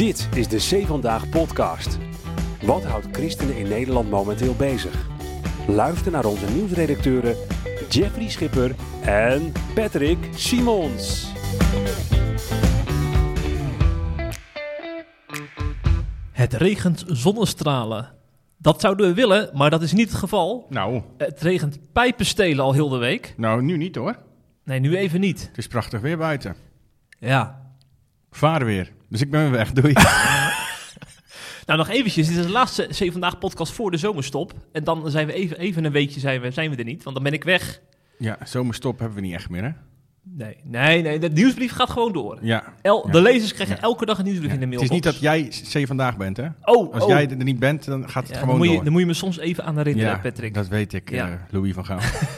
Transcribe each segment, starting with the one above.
Dit is de C Vandaag podcast. Wat houdt christenen in Nederland momenteel bezig? Luister naar onze nieuwsredacteuren Jeffrey Schipper en Patrick Simons. Het regent zonnestralen. Dat zouden we willen, maar dat is niet het geval. Nou. Het regent pijpenstelen al heel de week. Nou, nu niet hoor. Nee, nu even niet. Het is prachtig weer buiten. Ja. Vaar weer. Dus ik ben weer weg. Doei. Nou, nog eventjes. Dit is de laatste C Vandaag podcast voor de zomerstop. En dan zijn we even een weekje zijn we er niet. Want dan ben ik weg. Ja, zomerstop hebben we niet echt meer, hè? Nee. De nieuwsbrief gaat gewoon door. Ja. De lezers krijgen elke dag een nieuwsbrief in de mailbox. Het is niet dat jij C Vandaag bent, hè? Als jij er niet bent, dan gaat het gewoon door. Dan moet je me soms even aan herinneren, Patrick. Dat weet ik, Louis van Gaal.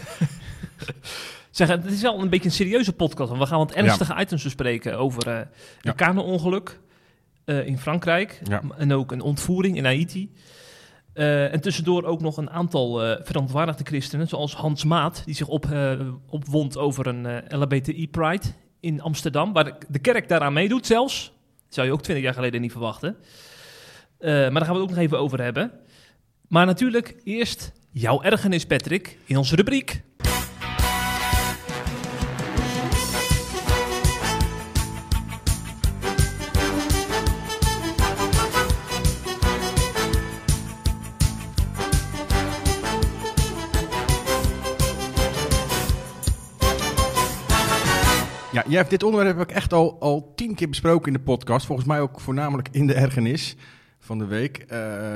Zeg, het is wel een beetje een serieuze podcast. Want we gaan wat ernstige items bespreken over een kano-ongeluk in Frankrijk. Ja. En ook een ontvoering in Haiti. En tussendoor ook nog een aantal verontwaardigde christenen, zoals Hans Maat, die zich opwond over een LHBTI-pride in Amsterdam, waar de kerk daaraan meedoet zelfs. Dat zou je ook 20 jaar geleden niet verwachten. Maar daar gaan we het ook nog even over hebben. Maar natuurlijk eerst jouw ergernis, Patrick, in onze rubriek. Ja, Jeff, dit onderwerp heb ik echt al 10 keer besproken in de podcast. Volgens mij ook voornamelijk in de ergernis van de week.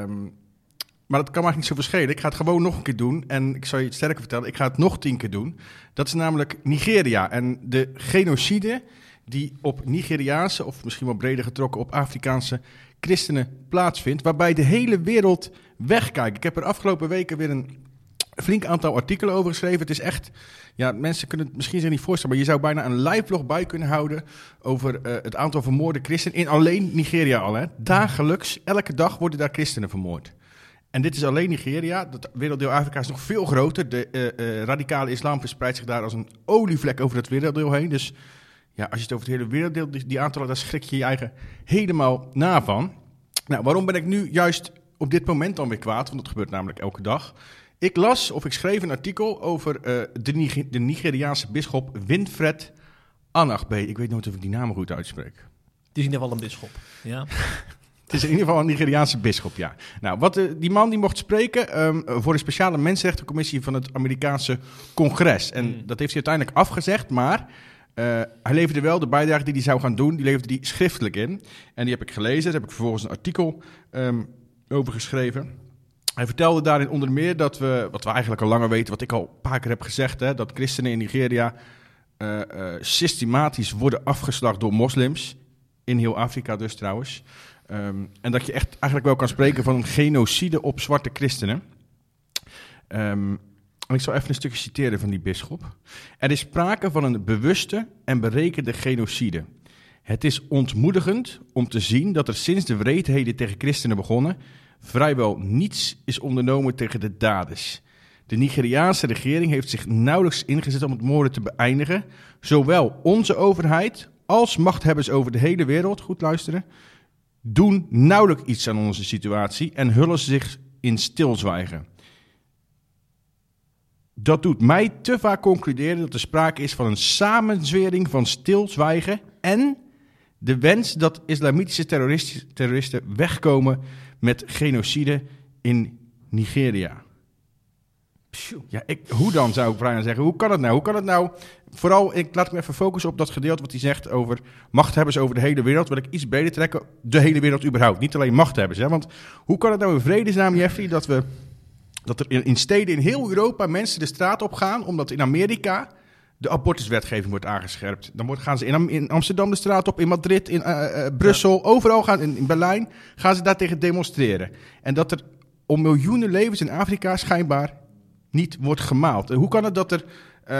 Maar dat kan maar niet zo verschillen. Ik ga het gewoon nog een keer doen. En ik zal je het sterker vertellen, ik ga het nog 10 keer doen. Dat is namelijk Nigeria en de genocide die op Nigeriaanse, of misschien wel breder getrokken op Afrikaanse christenen plaatsvindt. Waarbij de hele wereld wegkijkt. Ik heb er afgelopen weken weer een flink aantal artikelen over geschreven. Het is echt, mensen kunnen het misschien zich niet voorstellen, maar je zou bijna een live-vlog bij kunnen houden over het aantal vermoorde christenen in alleen Nigeria al. Hè. Dagelijks, elke dag worden daar christenen vermoord. En dit is alleen Nigeria. Dat werelddeel Afrika is nog veel groter. De radicale islam verspreidt zich daar als een olievlek over het werelddeel heen. Dus ja, als je het over het hele werelddeel, die aantallen, daar schrik je je eigen helemaal na van. Nou, waarom ben ik nu juist op dit moment dan weer kwaad? Want dat gebeurt namelijk elke dag. Ik schreef een artikel over de Nigeriaanse bisschop Winfred Anagbe. Ik weet nooit of ik die naam goed uitspreek. Het is in ieder geval een bisschop, ja. Het is in ieder geval een Nigeriaanse bisschop, ja. Nou, die man die mocht spreken voor een speciale mensenrechtencommissie van het Amerikaanse congres. En dat heeft hij uiteindelijk afgezegd, maar hij leverde wel de bijdrage die hij zou gaan doen, die leverde hij schriftelijk in. En die heb ik gelezen, daar heb ik vervolgens een artikel over geschreven. Hij vertelde daarin onder meer dat wat we eigenlijk al langer weten, wat ik al een paar keer heb gezegd, hè, dat christenen in Nigeria systematisch worden afgeslacht door moslims. In heel Afrika dus trouwens. En dat je echt eigenlijk wel kan spreken van een genocide op zwarte christenen. En ik zal even een stukje citeren van die bisschop. Er is sprake van een bewuste en berekende genocide. Het is ontmoedigend om te zien dat er sinds de wreedheden tegen christenen begonnen vrijwel niets is ondernomen tegen de daders. De Nigeriaanse regering heeft zich nauwelijks ingezet om het moorden te beëindigen. Zowel onze overheid als machthebbers over de hele wereld, goed luisteren, doen nauwelijks iets aan onze situatie en hullen zich in stilzwijgen. Dat doet mij te vaak concluderen dat er sprake is van een samenzwering van stilzwijgen en de wens dat islamitische terroristen wegkomen met genocide in Nigeria. Ja, hoe dan, zou ik bijna zeggen. Hoe kan het nou? Vooral, laat ik me even focussen op dat gedeelte wat hij zegt over machthebbers over de hele wereld. Wil ik iets breder trekken, de hele wereld überhaupt. Niet alleen machthebbers. Hè? Want hoe kan het nou in vredesnaam, Jeffrey, dat er in steden in heel Europa mensen de straat op gaan, omdat in Amerika de abortuswetgeving wordt aangescherpt. Dan gaan ze in Amsterdam de straat op, in Madrid, in Brussel, overal gaan, in Berlijn, gaan ze daartegen demonstreren. En dat er om miljoenen levens in Afrika schijnbaar niet wordt gemaald. Hoe kan het dat er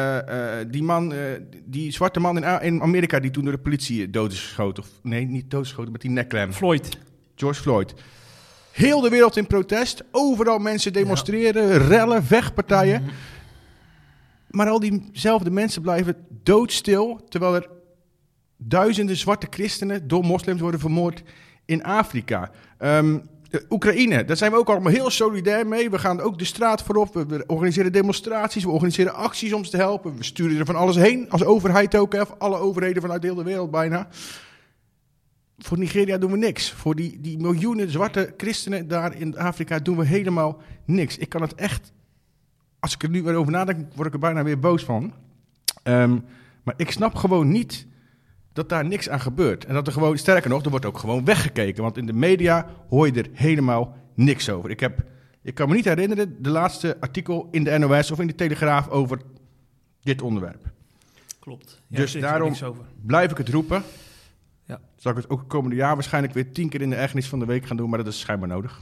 die zwarte man in Amerika die toen door de politie dood is geschoten, niet doodgeschoten, met die nekklem. George Floyd. Heel de wereld in protest, overal mensen demonstreren, rellen, vechtpartijen. Maar al diezelfde mensen blijven doodstil, terwijl er duizenden zwarte christenen door moslims worden vermoord in Afrika. Oekraïne, daar zijn we ook allemaal heel solidair mee. We gaan ook de straat voorop. We organiseren demonstraties, we organiseren acties om ze te helpen. We sturen er van alles heen, als overheid ook. Hè, alle overheden vanuit de hele wereld bijna. Voor Nigeria doen we niks. Voor die miljoenen zwarte christenen daar in Afrika doen we helemaal niks. Ik kan het echt, als ik er nu weer over nadenk, word ik er bijna weer boos van. Maar ik snap gewoon niet dat daar niks aan gebeurt. En dat er gewoon, sterker nog, er wordt ook gewoon weggekeken. Want in de media hoor je er helemaal niks over. Ik kan me niet herinneren de laatste artikel in de NOS of in de Telegraaf over dit onderwerp. Klopt. Ja, dus daarom blijf ik het roepen. Ja. Zal ik het ook het komende jaar waarschijnlijk weer 10 keer in de ergernis van de week gaan doen, maar dat is schijnbaar nodig.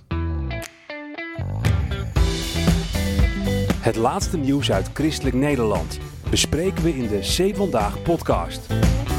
Het laatste nieuws uit Christelijk Nederland bespreken we in de C Vandaag podcast.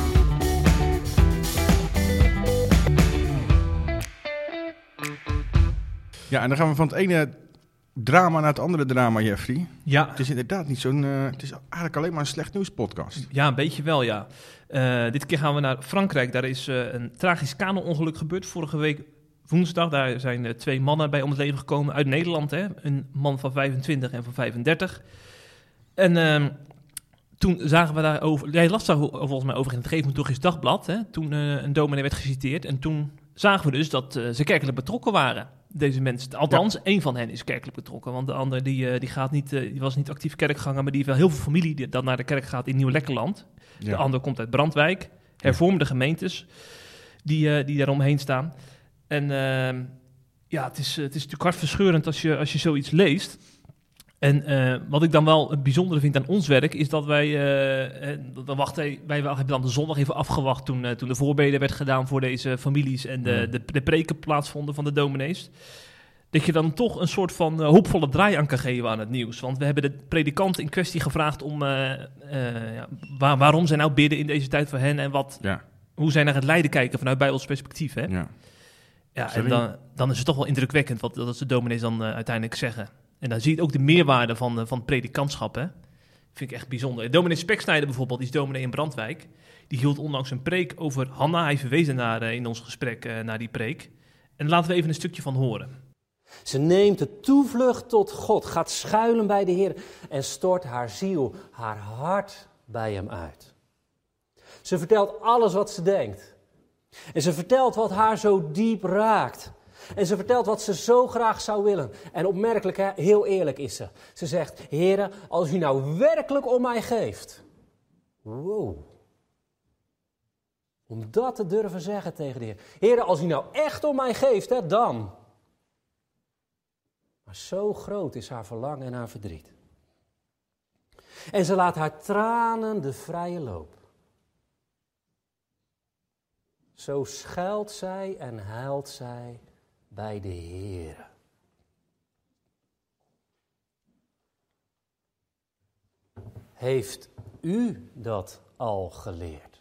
Ja, en dan gaan we van het ene drama naar het andere drama, Jeffrey. Ja. Het is inderdaad niet zo'n... het is eigenlijk alleen maar een slecht nieuws podcast. Ja, een beetje wel, ja. Dit keer gaan we naar Frankrijk. Daar is een tragisch kano-ongeluk gebeurd vorige week woensdag. Daar zijn 2 mannen bij om het leven gekomen uit Nederland. Hè? Een man van 25 en van 35. En toen zagen we daarover... Jij las daar volgens mij over in het Geef me toch eens dagblad. Hè? Toen een dominee werd geciteerd. En toen zagen we dus dat ze kerkelijk betrokken waren. Deze mensen. Althans, één van hen is kerkelijk betrokken. Want de ander die was niet actief kerkganger, maar die heeft wel heel veel familie die dan naar de kerk gaat in Nieuw-Lekkerland. Ja. De ander komt uit Brandwijk. Hervormde gemeentes die daaromheen staan. En het is natuurlijk hartverscheurend als je zoiets leest. En wat ik dan wel het bijzondere vind aan ons werk, is dat wij hebben dan de zondag even afgewacht toen de voorbeden werd gedaan voor deze families en de preken plaatsvonden van de dominees. Dat je dan toch een soort van hoopvolle draai aan kan geven aan het nieuws. Want we hebben de predikant in kwestie gevraagd om waarom zij nou bidden in deze tijd voor hen en hoe zij naar het lijden kijken vanuit Bijbels perspectief. Hè? Ja, en dan is het toch wel indrukwekkend wat de dominees dan uiteindelijk zeggen. En dan zie je ook de meerwaarde van het predikantschap. Hè? Vind ik echt bijzonder. Dominee Speksnijder bijvoorbeeld, die is dominee in Brandwijk. Die hield onlangs een preek over Hanna. Hij verwees naar in ons gesprek naar die preek. En laten we even een stukje van horen. Ze neemt de toevlucht tot God, gaat schuilen bij de Heer en stort haar ziel, haar hart bij hem uit. Ze vertelt alles wat ze denkt. En ze vertelt wat haar zo diep raakt. En ze vertelt wat ze zo graag zou willen. En opmerkelijk, hè, heel eerlijk is ze. Ze zegt, Heere, als u nou werkelijk om mij geeft. Wow. Om dat te durven zeggen tegen de Heer. Heere, als u nou echt om mij geeft, hè, dan. Maar zo groot is haar verlangen en haar verdriet. En ze laat haar tranen de vrije loop. Zo schuilt zij en huilt zij bij de Heere. Heeft u dat al geleerd?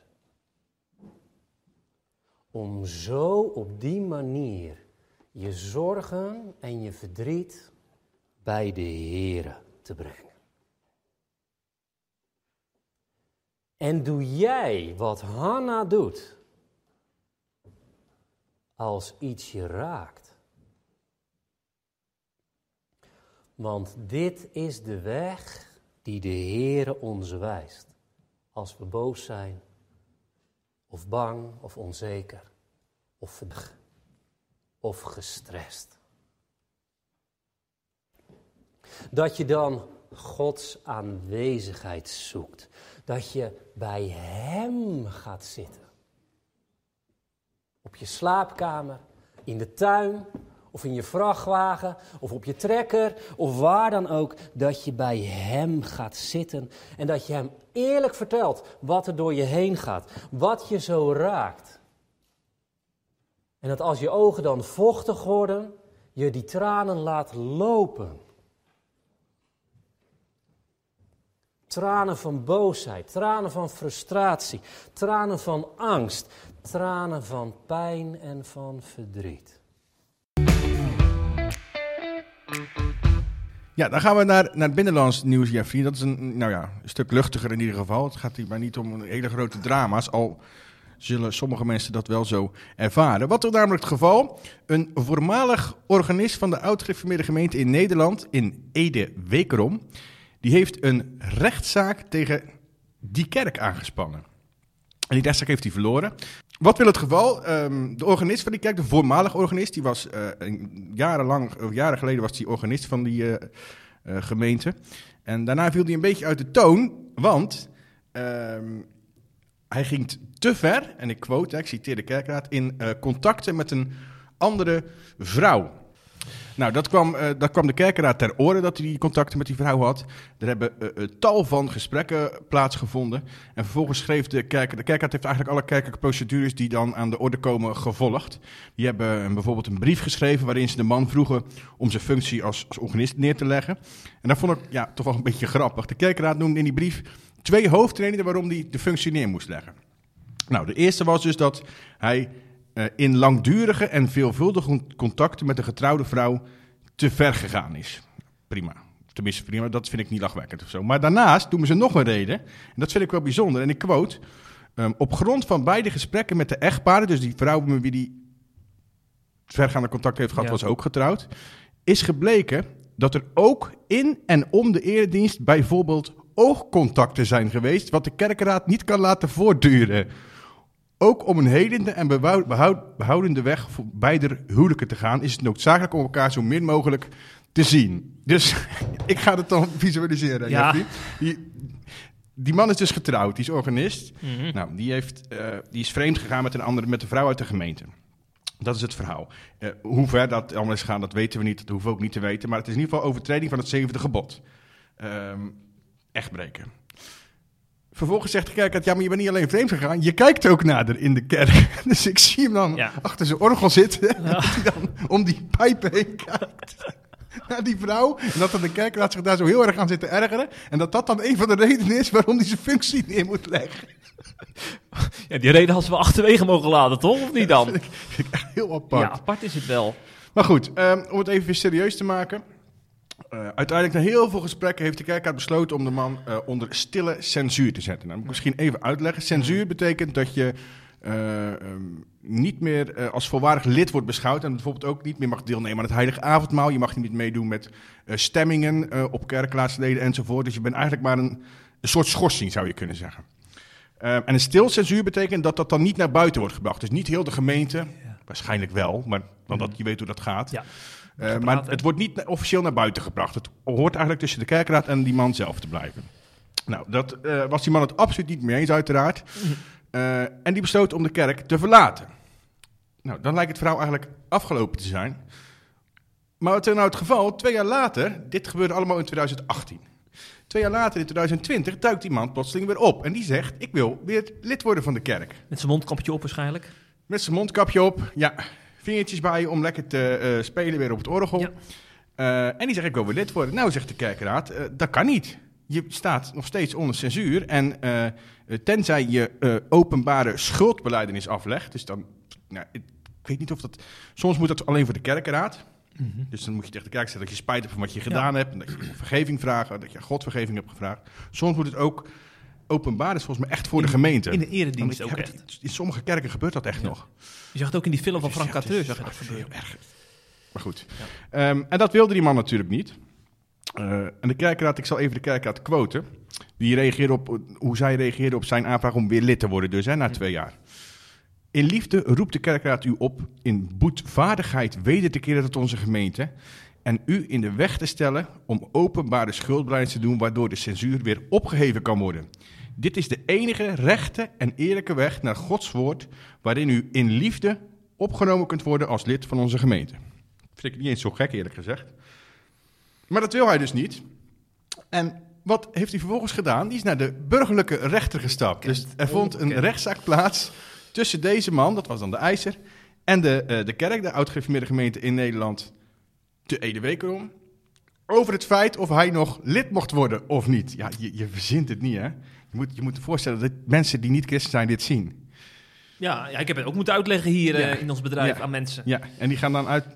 Om zo op die manier je zorgen en je verdriet bij de Heere te brengen. En doe jij wat Hanna doet, als iets je raakt? Want dit is de weg die de Heere ons wijst, als we boos zijn, of bang, of onzeker, of gestrest. Dat je dan Gods aanwezigheid zoekt. Dat je bij Hem gaat zitten. Op je slaapkamer, in de tuin, of in je vrachtwagen, of op je trekker, of waar dan ook. Dat je bij Hem gaat zitten en dat je Hem eerlijk vertelt wat er door je heen gaat. Wat je zo raakt. En dat als je ogen dan vochtig worden, je die tranen laat lopen. Tranen van boosheid, tranen van frustratie, tranen van angst, tranen van pijn en van verdriet. Ja, dan gaan we naar het binnenlands nieuws, Jeffrey. Dat is een stuk luchtiger in ieder geval. Het gaat hier maar niet om hele grote drama's. Al zullen sommige mensen dat wel zo ervaren. Wat is namelijk het geval? Een voormalig organist van de oud-gereformeerde gemeente in Nederland, in Ede-Wekerom, die heeft een rechtszaak tegen die kerk aangespannen. En die rechtszaak heeft hij verloren. Wat wil het geval? De organist van die kerk, de voormalige organist, die was jaren geleden was hij organist van die gemeente. En daarna viel hij een beetje uit de toon, want hij ging te ver, en ik quote, ik citeer de kerkraad, in contacten met een andere vrouw. Nou, dat kwam de kerkraad ter oren dat hij die contacten met die vrouw had. Er hebben tal van gesprekken plaatsgevonden. En vervolgens schreef de kerkraad heeft eigenlijk alle kerkelijke procedures die dan aan de orde komen gevolgd. Die hebben bijvoorbeeld een brief geschreven waarin ze de man vroegen om zijn functie als organist neer te leggen. En dat vond ik toch wel een beetje grappig. De kerkraad noemde in die brief 2 hoofdredenen waarom hij de functie neer moest leggen. Nou, de eerste was dus dat hij in langdurige en veelvuldige contacten met een getrouwde vrouw te ver gegaan is. Prima. Tenminste, prima. Dat vind ik niet lachwekkend of zo. Maar daarnaast noemen ze nog een reden. En dat vind ik wel bijzonder. En ik quote. Op grond van beide gesprekken met de echtparen, dus die vrouw met wie die vergaande contact heeft gehad, was ook getrouwd, is gebleken dat er ook in en om de eredienst bijvoorbeeld oogcontacten zijn geweest, wat de kerkraad niet kan laten voortduren. Ook om een helende en behoudende weg voor beide huwelijken te gaan, is het noodzakelijk om elkaar zo min mogelijk te zien. Dus ik ga het dan visualiseren. Ja. Die man is dus getrouwd, die is organist. Mm-hmm. Nou, die is vreemd gegaan met een vrouw uit de gemeente. Dat is het verhaal. Hoe ver dat allemaal is gegaan, dat weten we niet. Dat hoeven we ook niet te weten. Maar het is in ieder geval overtreding van het 7e gebod. Echtbreken. Vervolgens zegt de kerk, maar je bent niet alleen vreemd gegaan, je kijkt ook nader in de kerk. Dus ik zie hem dan achter zijn orgel zitten, dat hij dan om die pijpen heen kijkt naar die vrouw. En dat dan de kerkraad zich daar zo heel erg aan zit te ergeren. En dat dan een van de redenen is waarom hij zijn functie neer moet leggen. Ja, die reden had ze wel achterwege mogen laten, toch? Of niet dan? Dat vind ik echt heel apart. Ja, apart is het wel. Maar goed, om het even weer serieus te maken. Uiteindelijk na heel veel gesprekken heeft de kerkraad besloten om de man onder stille censuur te zetten. Nou, moet ik misschien even uitleggen. Censuur betekent dat je niet meer als volwaardig lid wordt beschouwd en bijvoorbeeld ook niet meer mag deelnemen aan het heilige avondmaal. Je mag niet meer meedoen met stemmingen op kerkraadsleden enzovoort. Dus je bent eigenlijk maar een soort schorsing, zou je kunnen zeggen. En een stil censuur betekent dat dat dan niet naar buiten wordt gebracht. Dus niet heel de gemeente, waarschijnlijk wel, maar want je weet hoe dat gaat. Ja. Maar het wordt niet officieel naar buiten gebracht. Het hoort eigenlijk tussen de kerkraad en die man zelf te blijven. Nou, dat was die man het absoluut niet mee eens, uiteraard. En die besloot om de kerk te verlaten. Nou, dan lijkt het verhaal eigenlijk afgelopen te zijn. Maar wat is nou het geval? 2 jaar later, dit gebeurde allemaal in 2018. 2 jaar later, in 2020, duikt die man plotseling weer op. En die zegt, ik wil weer lid worden van de kerk. Met zijn mondkapje op waarschijnlijk. Met zijn mondkapje op, ja. Vingertjes bij om lekker te spelen weer op het orgel. Ja. En die zegt, ik wil weer lid worden. Nou, zegt de kerkraad, dat kan niet. Je staat nog steeds onder censuur. En tenzij je openbare schuldbelijdenis aflegt. Dus dan, ik weet niet of dat... Soms moet dat alleen voor de kerkraad. Mm-hmm. Dus dan moet je tegen de kerk zeggen dat je spijt hebt van wat je gedaan hebt. En dat je vergeving vraagt, dat je God vergeving hebt gevraagd. Soms moet het ook openbaar, is volgens mij echt voor de gemeente. In de eredienst ook echt. In sommige kerken gebeurt dat echt nog. Je zag het ook in die film van Frank Cateur, zag je dat gebeuren. Maar goed. Ja. En dat wilde die man natuurlijk niet. En de kerkraad, ik zal even de kerkraad quoten. Die reageerde op hoe zij reageerde op zijn aanvraag om weer lid te worden, dus na 2 jaar. In liefde roept de kerkraad u op in boetvaardigheid weder te keren tot onze gemeente en u in de weg te stellen om openbare schuldbelijdenis te doen, waardoor de censuur weer opgeheven kan worden. Dit is de enige rechte en eerlijke weg naar Gods woord, waarin u in liefde opgenomen kunt worden als lid van onze gemeente. Dat vind ik niet eens zo gek, eerlijk gezegd. Maar dat wil hij dus niet. En wat heeft hij vervolgens gedaan? Die is naar de burgerlijke rechter gestapt. Dus er vond een rechtszaak plaats tussen deze man, dat was dan de eiser, en de kerk, de oud-gereformeerde gemeente in Nederland, te Ede-Wekerom, over het feit of hij nog lid mocht worden of niet. Ja, je verzint het niet, hè? Je moet je voorstellen dat mensen die niet christen zijn dit zien. Ja, ik heb het ook moeten uitleggen hier in ons bedrijf aan mensen. Ja, en die gaan dan uit...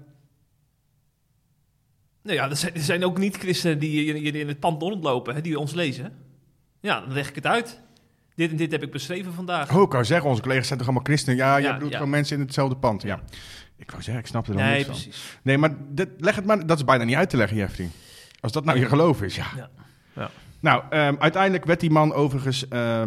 Nou ja, er zijn ook niet-christenen die in het pand rondlopen, hè, die ons lezen. Ja, dan leg ik het uit. dit en dit heb ik beschreven vandaag. Ik wou zeggen, onze collega's zijn toch allemaal christenen? Ja, je bedoelt ja. gewoon mensen in hetzelfde pand. Ja. Ik wou zeggen, ik snap er dan niks van. Precies. Nee, maar leg het maar, dat is bijna niet uit te leggen, Jeffrey. Als dat nou je geloof is, ja. Nou, uiteindelijk werd die man overigens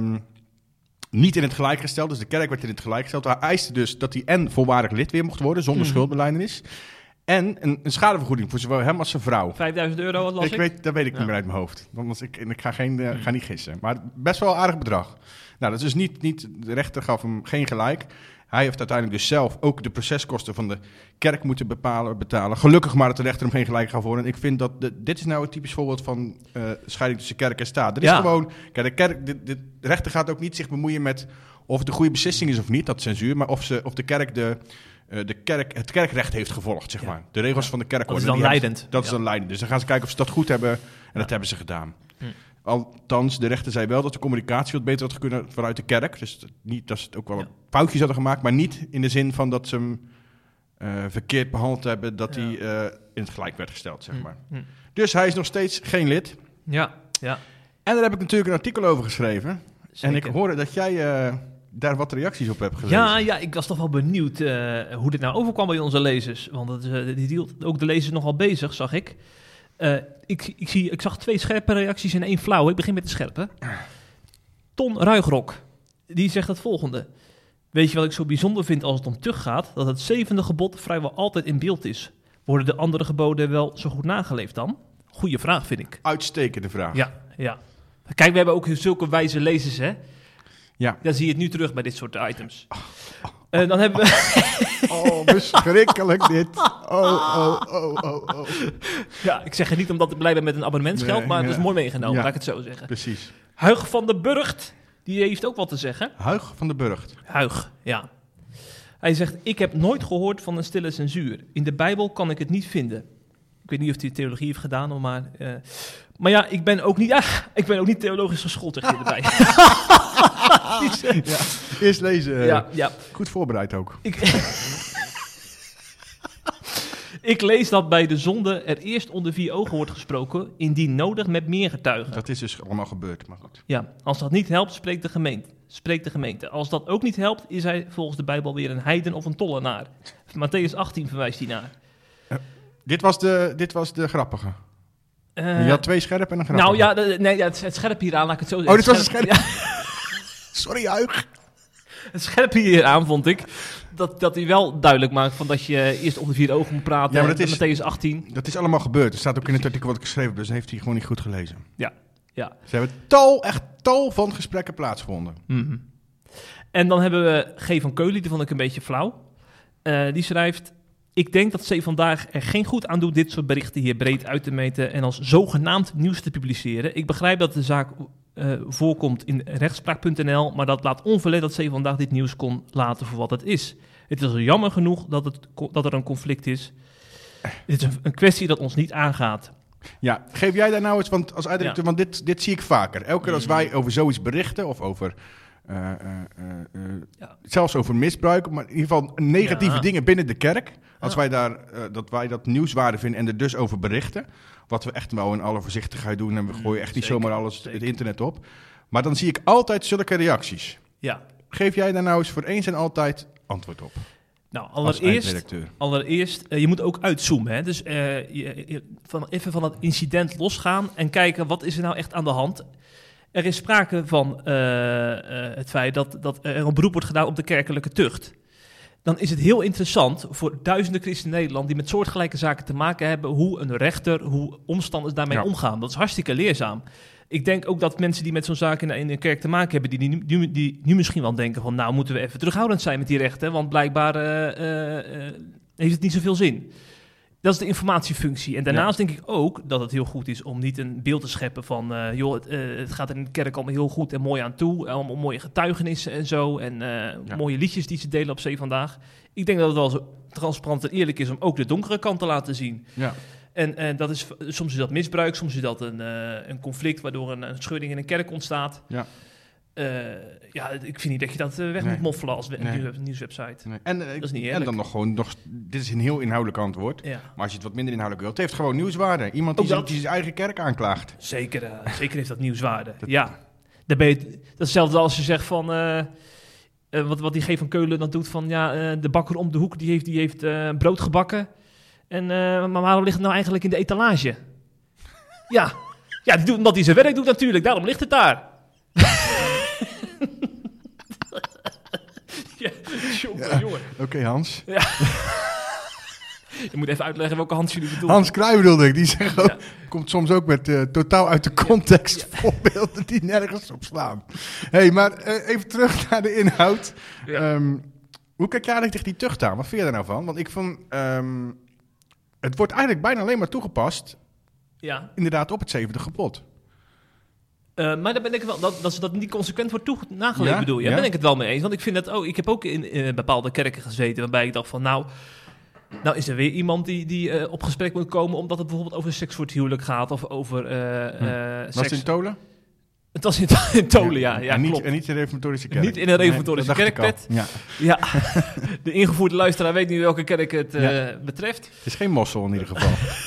niet in het gelijk gesteld. Dus de kerk werd in het gelijk gesteld. Hij eiste dus dat hij en volwaardig lid weer mocht worden, zonder schuldbelijdenis. En een schadevergoeding voor zowel hem als zijn vrouw. €5.000 las ik. Dat weet ik niet meer uit mijn hoofd. Want ik ga niet gissen. Maar best wel een aardig bedrag. Nou, dat is dus niet... De rechter gaf hem geen gelijk. Hij heeft uiteindelijk dus zelf ook de proceskosten van de kerk moeten betalen. Gelukkig maar dat de rechter hem geen gelijk gaf worden. En ik vind dat... Dit is nou een typisch voorbeeld van scheiding tussen kerk en staat. Er is gewoon... Kijk, de rechter gaat ook niet zich bemoeien met of het een goede beslissing is of niet, dat censuur. Maar of de kerk het kerkrecht heeft gevolgd, zeg maar. De regels van de kerkorde. Dat is dan leidend. Dat is dan leidend. Dus dan gaan ze kijken of ze dat goed hebben. En dat hebben ze gedaan. Althans, de rechter zei wel dat de communicatie wat beter had kunnen vanuit de kerk. Dus niet dat ze het ook wel foutjes hadden gemaakt. Maar niet in de zin van dat ze hem verkeerd behandeld hebben. Dat hij in het gelijk werd gesteld, zeg maar. Dus hij is nog steeds geen lid. Ja. En daar heb ik natuurlijk een artikel over geschreven. Zeker. En ik hoorde dat jij daar wat reacties op hebt gelezen. Ja, ik was toch wel benieuwd hoe dit nou overkwam bij onze lezers. Want die hield ook de lezers nogal bezig, zag ik. Ik zag 2 scherpe reacties en 1 flauwe. Ik begin met de scherpe. Ton Ruigrok, die zegt het volgende. Weet je wat ik zo bijzonder vind als het om tucht gaat? Dat het 7e gebod vrijwel altijd in beeld is. Worden de andere geboden wel zo goed nageleefd dan? Goeie vraag, vind ik. Uitstekende vraag. Ja. Kijk, we hebben ook zulke wijze lezers, hè? Ja. Dan zie je het nu terug bij dit soort items. Dan hebben we... Verschrikkelijk dit. Oh. Ja, ik zeg het niet omdat ik blij ben met een abonnementsgeld, maar het is mooi meegenomen, laat ik het zo zeggen. Precies. Huig van den Burgt, die heeft ook wat te zeggen. Huig van den Burgt. Huig, ja. Hij zegt, ik heb nooit gehoord van een stille censuur. In de Bijbel kan ik het niet vinden. Ik weet niet of hij theologie heeft gedaan, maar... Maar ja, ik ben ook niet theologisch geschoold, zegt hij erbij. Eerst lezen. Ja. Goed voorbereid ook. Ik lees dat bij de zonde er eerst onder 4 ogen wordt gesproken, indien nodig met meer getuigen. Dat is dus allemaal gebeurd, maar goed. Ja, als dat niet helpt, spreekt de gemeente. Als dat ook niet helpt, is hij volgens de Bijbel weer een heiden of een tollenaar. Mattheüs 18 verwijst hij naar. Dit was de grappige. Je had 2 scherp en een grappige. Nou ja, het scherp hieraan, laat ik het zo zeggen. Oh, dit was een scherp. Ja. Sorry, Huig. Het scherpe hieraan vond ik dat hij wel duidelijk maakt van dat je eerst onder 4 ogen moet praten. Ja, maar dat is Mattheüs 18. Dat is allemaal gebeurd. Er staat ook in het artikel wat ik geschreven heb, dus heeft hij gewoon niet goed gelezen. Ja. Ze hebben tal van gesprekken plaatsgevonden. Mm-hmm. En dan hebben we G. van Keulen, die vond ik een beetje flauw. Die schrijft... Ik denk dat C vandaag er geen goed aan doet dit soort berichten hier breed uit te meten en als zogenaamd nieuws te publiceren. Ik begrijp dat de zaak voorkomt in rechtspraak.nl, maar dat laat onverlet dat C vandaag dit nieuws kon laten voor wat het is. Het is al jammer genoeg dat er een conflict is. Het is een kwestie dat ons niet aangaat. Ja, geef jij daar nou eens, want als eindredacteur, want dit zie ik vaker. Elke keer als wij over zoiets berichten of over... zelfs over misbruik, maar in ieder geval negatieve dingen binnen de kerk. Als wij dat nieuwswaarde vinden en er dus over berichten, wat we echt wel in alle voorzichtigheid doen en we gooien echt niet zomaar alles het internet op. Maar dan zie ik altijd zulke reacties. Ja. Geef jij daar nou eens voor eens en altijd antwoord op? Nou, allereerst je moet ook uitzoomen. Hè? Dus even van het incident losgaan en kijken wat is er nou echt aan de hand. Er is sprake van het feit dat er een beroep wordt gedaan op de kerkelijke tucht. Dan is het heel interessant voor duizenden christenen in Nederland die met soortgelijke zaken te maken hebben, hoe een rechter, hoe omstanders daarmee omgaan. Dat is hartstikke leerzaam. Ik denk ook dat mensen die met zo'n zaak in een kerk te maken hebben, die nu misschien wel denken van, nou moeten we even terughoudend zijn met die rechten, want blijkbaar heeft het niet zoveel zin. Dat is de informatiefunctie. En daarnaast denk ik ook dat het heel goed is om niet een beeld te scheppen van... het gaat er in de kerk allemaal heel goed en mooi aan toe. Allemaal mooie getuigenissen en zo. En mooie liedjes die ze delen op C vandaag. Ik denk dat het wel zo transparant en eerlijk is om ook de donkere kant te laten zien. Ja. En dat is, soms is dat misbruik, soms is dat een conflict... waardoor een scheurling in een kerk ontstaat... Ja. Ik vind niet dat je dat weg moet moffelen als nieuwswebsite. Nee. En, dat is niet eerlijk. En dan dit is een heel inhoudelijk antwoord. Ja. Maar als je het wat minder inhoudelijk wilt, het heeft gewoon nieuwswaarde. Iemand die zijn eigen kerk aanklaagt. Zeker heeft dat nieuwswaarde. Ja. Dat is hetzelfde als je zegt van... wat die G. van Keulen dan doet van... de bakker om de hoek die heeft brood gebakken. Maar waarom ligt het nou eigenlijk in de etalage? Ja, die doet omdat hij zijn werk doet natuurlijk. Daarom ligt het daar. Jongen. Oké, Hans. Ja. Je moet even uitleggen welke Hans jullie bedoelen. Hans Kruij bedoelde ik. Die zegt ook, komt soms ook met totaal uit de context voorbeelden die nergens op slaan. Maar even terug naar de inhoud. Ja. Hoe kijk jij eigenlijk tegen die tucht aan? Wat vind je daar nou van? Want ik vond... het wordt eigenlijk bijna alleen maar toegepast... inderdaad op het 7e gebod. Maar daar ben ik wel, dat dat niet consequent wordt nageleefd, bedoel je? Daar ben ik het wel mee eens. Want ik vind dat ik heb ook in bepaalde kerken gezeten waarbij ik dacht van nou is er weer iemand die op gesprek moet komen omdat het bijvoorbeeld over seks voor het huwelijk gaat of over seks. Was het in Tolen? Het was in Tolen, ja en niet, klopt. En niet in de reformatorische kerk. Niet in een reformatorische kerkpet. Ja. De ingevoerde luisteraar weet niet welke kerk het betreft. Het is geen mossel in ieder geval.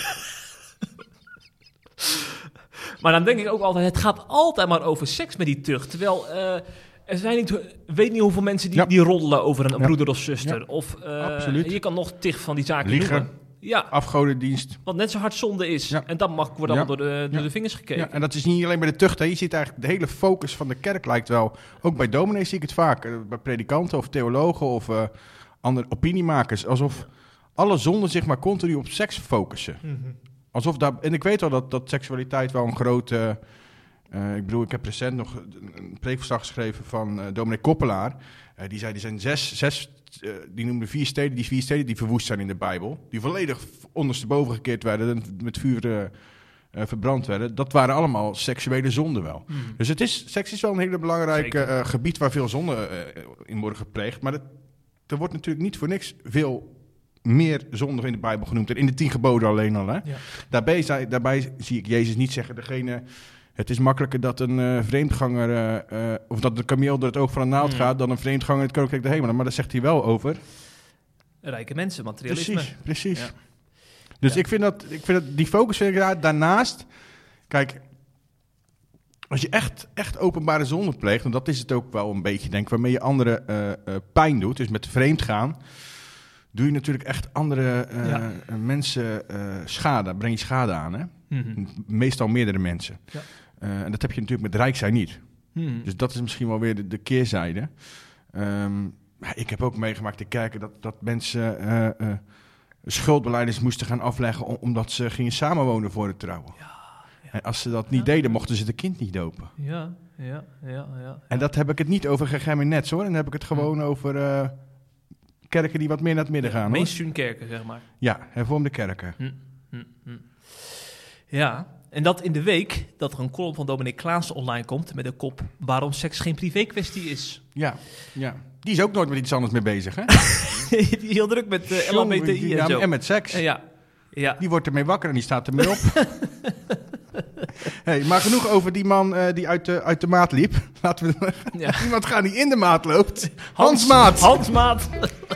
Maar dan denk ik ook altijd, het gaat altijd maar over seks met die tucht. Terwijl er zijn weet niet hoeveel mensen die roddelen over een broeder of zuster. Ja. Of je kan nog tig van die zaken liegen. Noemen. Ja. Afgodendienst. Wat net zo hard zonde is. Ja. En dat wordt allemaal door de vingers gekeken. Ja, en dat is niet alleen bij de tucht. Hè. Je ziet eigenlijk de hele focus van de kerk lijkt wel. Ook bij dominees zie ik het vaak. Bij predikanten of theologen of andere opiniemakers. Alsof alle zonden zich maar continu op seks focussen. Mm-hmm. En ik weet wel dat seksualiteit wel een grote... ik heb recent nog een preekverslag geschreven van dominee Koppelaar. Die zei, er zijn zes die noemde 4 steden. Die 4 steden die verwoest zijn in de Bijbel. Die volledig ondersteboven gekeerd werden, met vuur verbrand werden. Dat waren allemaal seksuele zonden wel. Mm. Dus seks is wel een hele belangrijk gebied waar veel zonden in worden gepleegd. Maar er wordt natuurlijk niet voor niks veel... meer zondig in de Bijbel genoemd. En in de 10 geboden alleen al. Hè? Ja. Daarbij zie ik Jezus niet zeggen... het is makkelijker dat een vreemdganger... of dat de kameel door het oog van een naald gaat... dan een vreemdganger in het koninkrijk der hemelen. Maar dat zegt hij wel over... rijke mensen, materialisme. Precies. Ja. Dus ik vind dat die focus vind ik daarnaast... Kijk, als je echt openbare zonde pleegt... en dat is het ook wel een beetje, denk ik... waarmee je anderen pijn doet, dus met vreemd gaan... doe je natuurlijk echt andere mensen schade, breng je schade aan. Hè? Mm-hmm. Meestal meerdere mensen. Ja. En dat heb je natuurlijk met rijk zijn niet. Mm-hmm. Dus dat is misschien wel weer de keerzijde. Ik heb ook meegemaakt in kerken dat mensen schuldbelijdens moesten gaan afleggen... omdat ze gingen samenwonen voor het trouwen. Ja. En als ze dat niet deden, mochten ze het kind niet dopen. Ja. En dat heb ik het niet over gegemenets, hoor. En dan heb ik het gewoon over... kerken die wat meer naar het midden gaan. Mainstream kerken, zeg maar. Ja, hervormde kerken. Ja, en dat in de week dat er een column van dominee Klaassen online komt... met de kop waarom seks geen privé-kwestie is. Ja. Die is ook nooit met iets anders mee bezig, hè? Die is heel druk met LHBTI en zo. En met seks. Ja. Die wordt ermee wakker en die staat ermee op. Maar genoeg over die man die uit de maat liep. Laten we iemand gaan die in de maat loopt. Hans Maat.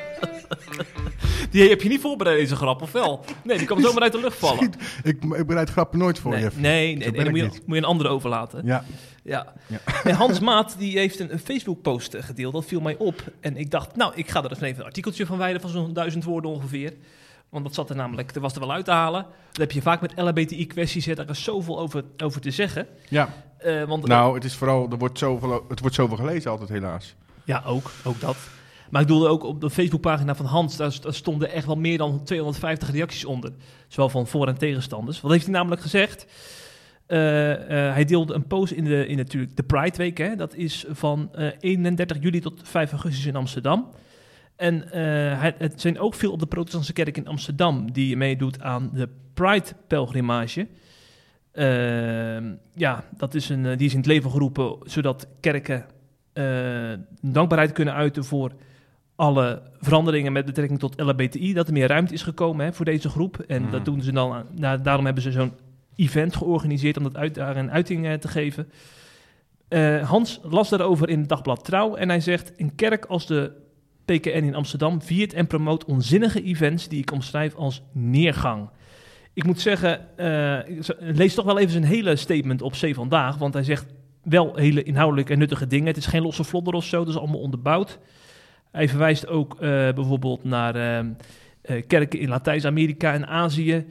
Die heb je niet voorbereid, deze grap, of wel? Nee, die kan zomaar uit de lucht vallen. Ik bereid grappen nooit voor je. Nee, dan moet je een andere overlaten. Ja. En Hans Maat die heeft een Facebook-post gedeeld, dat viel mij op. En ik dacht, ik ga er eens even een artikeltje van wijden van zo'n 1000 woorden ongeveer. Want dat zat er was er wel uit te halen. Dat heb je vaak met LHBTI-kwesties, daar is zoveel over te zeggen. Ja, het is vooral, het wordt zoveel gelezen altijd helaas. Ja, ook dat. Maar ik bedoelde ook op de Facebookpagina van Hans, daar stonden echt wel meer dan 250 reacties onder. Zowel van voor- en tegenstanders. Wat heeft hij namelijk gezegd? Hij deelde een post in natuurlijk de Pride Week. Hè? Dat is van 31 juli tot 5 augustus in Amsterdam. En het zijn ook veel op de protestantse kerk in Amsterdam die meedoet aan de Pride-pelgrimage. Die is in het leven geroepen zodat kerken dankbaarheid kunnen uiten voor alle veranderingen met betrekking tot LHBTI, dat er meer ruimte is gekomen voor deze groep. En dat doen ze dan. Daarom hebben ze zo'n event georganiseerd om daar een uiting te geven. Hans las daarover in het dagblad Trouw en hij zegt: een kerk als de PKN in Amsterdam viert en promoot onzinnige events die ik omschrijf als neergang. Ik moet zeggen, lees toch wel even zijn hele statement op C Vandaag, want hij zegt wel hele inhoudelijke en nuttige dingen. Het is geen losse vlodder of zo, dat is allemaal onderbouwd. Hij verwijst ook bijvoorbeeld naar kerken in Latijns-Amerika en Azië,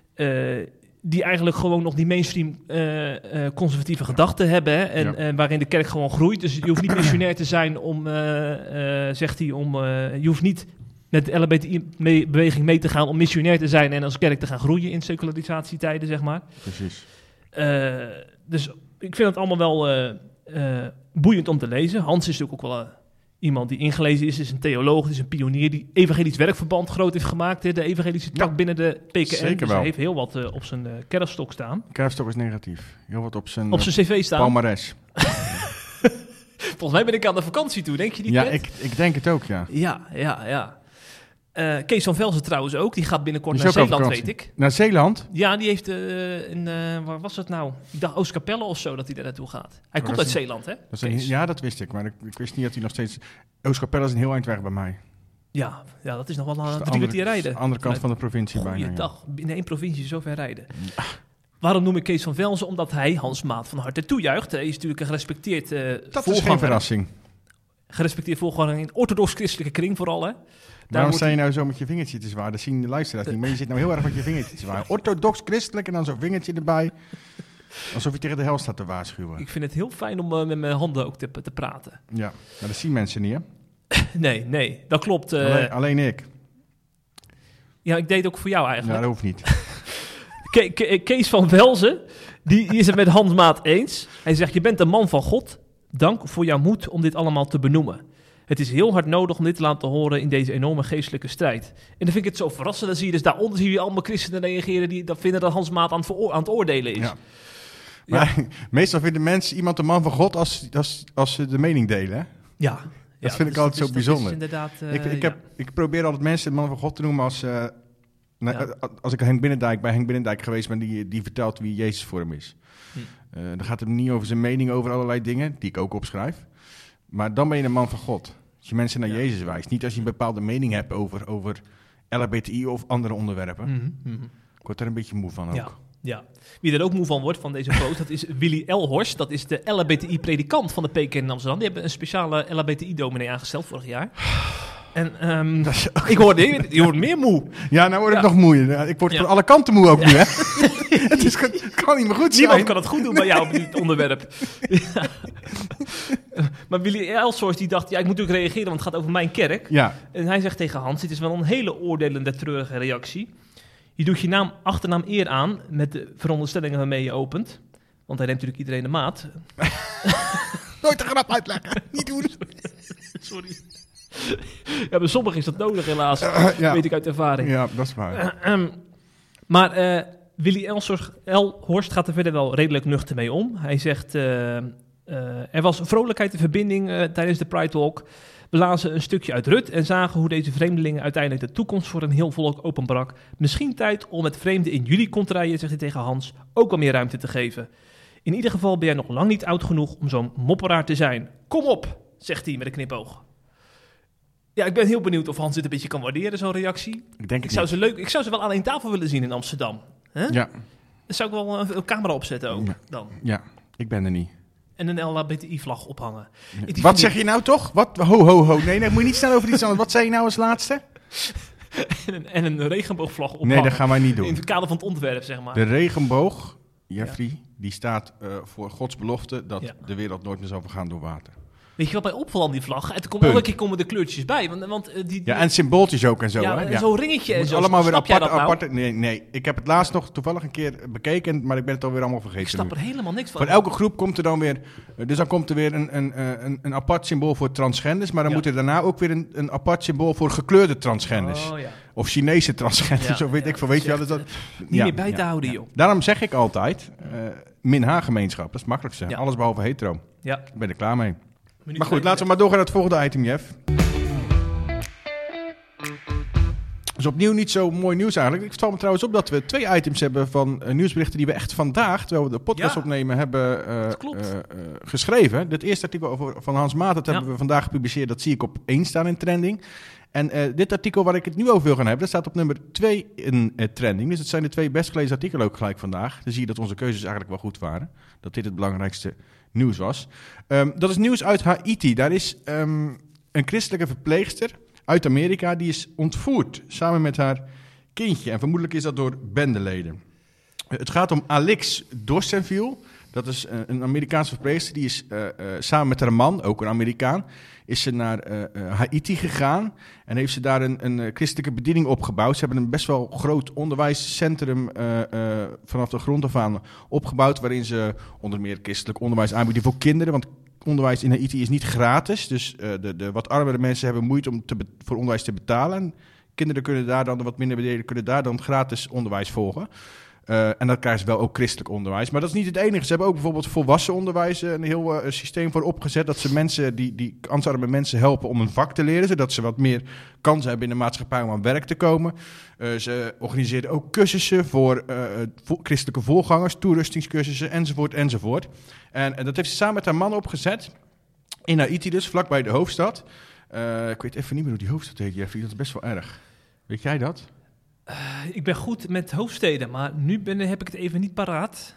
die eigenlijk gewoon nog die mainstream conservatieve gedachten hebben. Hè? En waarin de kerk gewoon groeit. Dus je hoeft niet missionair te zijn om, zegt hij, je hoeft niet met de LHBTI-beweging mee te gaan om missionair te zijn en als kerk te gaan groeien in secularisatietijden, zeg maar. Precies. Dus ik vind het allemaal wel boeiend om te lezen. Hans is natuurlijk ook wel iemand die ingelezen is een theoloog, is een pionier die evangelisch werkverband groot heeft gemaakt. Hè, de evangelische tak binnen de PKN. Zeker dus wel. hij heeft heel wat op zijn kerfstok staan. Kerfstok is negatief. Heel wat op zijn cv staan. palmares. Volgens mij ben ik aan de vakantie toe, denk je niet? Ja, ik denk het ook, ja. Ja. Kees van Velzen trouwens ook. Die gaat binnenkort Die naar is ook op Zeeland, vakantie. weet ik. Naar Zeeland? Ja, die heeft waar was het nou? Ik dacht Oostkapelle of zo dat hij daar naartoe gaat. Hij komt uit Zeeland, hè? Ja, dat wist ik. Maar ik wist niet dat hij nog steeds... Oostkapelle is een heel eind weg bij mij. Ja, dat is nog wel een 3 kwartier rijden. De andere kant van de provincie bijna. Goeiedag, binnen 1 provincie zo ver rijden. Waarom noem ik Kees van Velzen? Omdat hij Hans Maat van harte toejuicht. Hij is natuurlijk een gerespecteerd dat is geen verrassing. Gerespecteerd voorganger in orthodox-christelijke kring vooral, hè? Waarom sta je nou zo met je vingertje te zwaaien? Dat zien de luisteraars niet. Maar je zit nou heel erg met je vingertje te zwaaien. Orthodox-christelijk en dan zo'n vingertje erbij. Alsof je tegen de hel staat te waarschuwen. Ik vind het heel fijn om met mijn handen ook te praten. Ja, maar dat zien mensen niet, hè? Nee, dat klopt. Alleen ik. Ja, ik deed ook voor jou eigenlijk. Ja, dat hoeft niet. Kees van Velzen, die is het met Hans Maat eens. Hij zegt, je bent een man van God. Dank voor jouw moed om dit allemaal te benoemen. Het is heel hard nodig om dit te laten horen in deze enorme geestelijke strijd. En dan vind ik het zo verrassend. Dan zie je dus daaronder zie je allemaal christenen reageren die dat vinden dat Hans Maat aan het oordelen is. Ja. Maar meestal vinden mensen iemand een man van God als ze de mening delen, hè? Ja. Dat vind ik altijd zo bijzonder. Inderdaad, ik probeer altijd mensen een man van God te noemen als ik bij Henk Binnendijk geweest ben, die vertelt wie Jezus voor hem is. Dan gaat het niet over zijn mening over allerlei dingen, die ik ook opschrijf. Maar dan ben je een man van God. Als je mensen naar Jezus wijst. Niet als je een bepaalde mening hebt over LHBTI of andere onderwerpen. Ik word er een beetje moe van ook. Ja. Wie er ook moe van wordt van deze post, dat is Willy Elhorst. Dat is de LHBTI-predikant van de PKN in Amsterdam. Die hebben een speciale LHBTI-dominee aangesteld vorig jaar. En ik hoorde, je wordt meer moe. Ja, nou word ik nog moeier. Ik word van alle kanten moe ook nu, hè? Het kan niet meer goed zijn. Niemand kan het goed doen bij jou op dit onderwerp. Ja. Maar Willy Elhorst die dacht, ik moet natuurlijk reageren, want het gaat over mijn kerk. Ja. En hij zegt tegen Hans, het is wel een hele oordelende, treurige reactie. Je doet je achternaam eer aan met de veronderstellingen waarmee je opent. Want hij neemt natuurlijk iedereen de maat. Nooit de grap uitleggen. Niet doen. Sorry. Ja, bij sommigen is dat nodig helaas. Weet ik uit ervaring. Ja, dat is waar. Maar Willy Elhorst gaat er verder wel redelijk nuchter mee om. Hij zegt, er was vrolijkheid en verbinding tijdens de Pride Walk. We lazen een stukje uit Rut en zagen hoe deze vreemdelingen uiteindelijk de toekomst voor een heel volk openbrak. Misschien tijd om het vreemde in jullie contraien, zegt hij tegen Hans, ook wat meer ruimte te geven. In ieder geval ben jij nog lang niet oud genoeg om zo'n mopperaar te zijn. Kom op, zegt hij met een knipoog. Ja, ik ben heel benieuwd of Hans dit een beetje kan waarderen, zo'n reactie. Ik zou ze wel aan één tafel willen zien in Amsterdam. Huh? Ja. Dan zou ik wel een camera opzetten ook dan. Ja, ik ben er niet. En een LHBTI-vlag ophangen. Nee. Wat zeg je nou toch? Wat? Ho. Nee, moet je niet snel over iets anders. Wat zei je nou als laatste? en een regenboogvlag ophangen. Nee, dat gaan wij niet doen. In het kader van het ontwerp, zeg maar. De regenboog, Jeffrey, die staat voor Gods belofte dat de wereld nooit meer zal vergaan door water. Weet je wat mij opvalt aan die vlag? Elke keer komen de kleurtjes bij. Want en symbooltjes ook en zo. Ja, hè? Zo'n ringetje en zo. Allemaal weer apart. Nee, ik heb het laatst nog toevallig een keer bekeken, maar ik ben het alweer allemaal vergeten. Ik snap er helemaal niks van. Voor elke groep komt er dan weer... Dus dan komt er weer een apart symbool voor transgenders, maar dan moet er daarna ook weer een apart symbool voor gekleurde transgenders. Oh, ja. Of Chinese transgenders, of weet ik veel. Weet je wel, niet meer bij te houden, joh. Daarom zeg ik altijd, min-H-gemeenschap, dat is het makkelijkste. Ja. Alles behalve hetero. Ja. Ik ben er klaar mee. Maar goed, laten we maar doorgaan naar het volgende item, Jeff. Dus opnieuw niet zo mooi nieuws eigenlijk. Ik val me trouwens op dat we 2 items hebben van nieuwsberichten die we echt vandaag, terwijl we de podcast opnemen, hebben geschreven. Het eerste artikel van Hans Maat, dat hebben we vandaag gepubliceerd. Dat zie ik op 1 staan in trending. En dit artikel waar ik het nu over wil gaan hebben, dat staat op nummer 2 in trending. Dus het zijn de 2 best gelezen artikelen ook gelijk vandaag. Dan zie je dat onze keuzes eigenlijk wel goed waren. Dat dit het belangrijkste nieuws was. Dat is nieuws uit Haiti. Daar is een christelijke verpleegster uit Amerika, die is ontvoerd samen met haar kindje. En vermoedelijk is dat door bendeleden. Het gaat om Alix Dorsenville. Dat is een Amerikaanse verpleegster. Die is samen met haar man, ook een Amerikaan, is ze naar Haiti gegaan. En heeft ze daar een christelijke bediening opgebouwd. Ze hebben een best wel groot onderwijscentrum vanaf de grond af aan opgebouwd, waarin ze onder meer christelijk onderwijs aanbieden voor kinderen. Want onderwijs in Haiti is niet gratis. Dus de wat armere mensen hebben moeite om voor onderwijs te betalen. En kinderen kunnen daar dan, de wat minder bedeelden, kunnen daar dan gratis onderwijs volgen. En dan krijgen ze wel ook christelijk onderwijs. Maar dat is niet het enige. Ze hebben ook bijvoorbeeld volwassen onderwijs een heel systeem voor opgezet. Dat ze mensen, die kansarme mensen helpen om een vak te leren. Zodat ze wat meer kansen hebben in de maatschappij om aan werk te komen. Ze organiseerden ook cursussen voor christelijke voorgangers. Toerustingscursussen enzovoort enzovoort. En dat heeft ze samen met haar man opgezet. In Haiti dus, vlakbij de hoofdstad. Ik weet even niet meer hoe die hoofdstad heet, Jeffrey. Dat is best wel erg. Weet jij dat? Ik ben goed met hoofdsteden, maar nu heb ik het even niet paraat.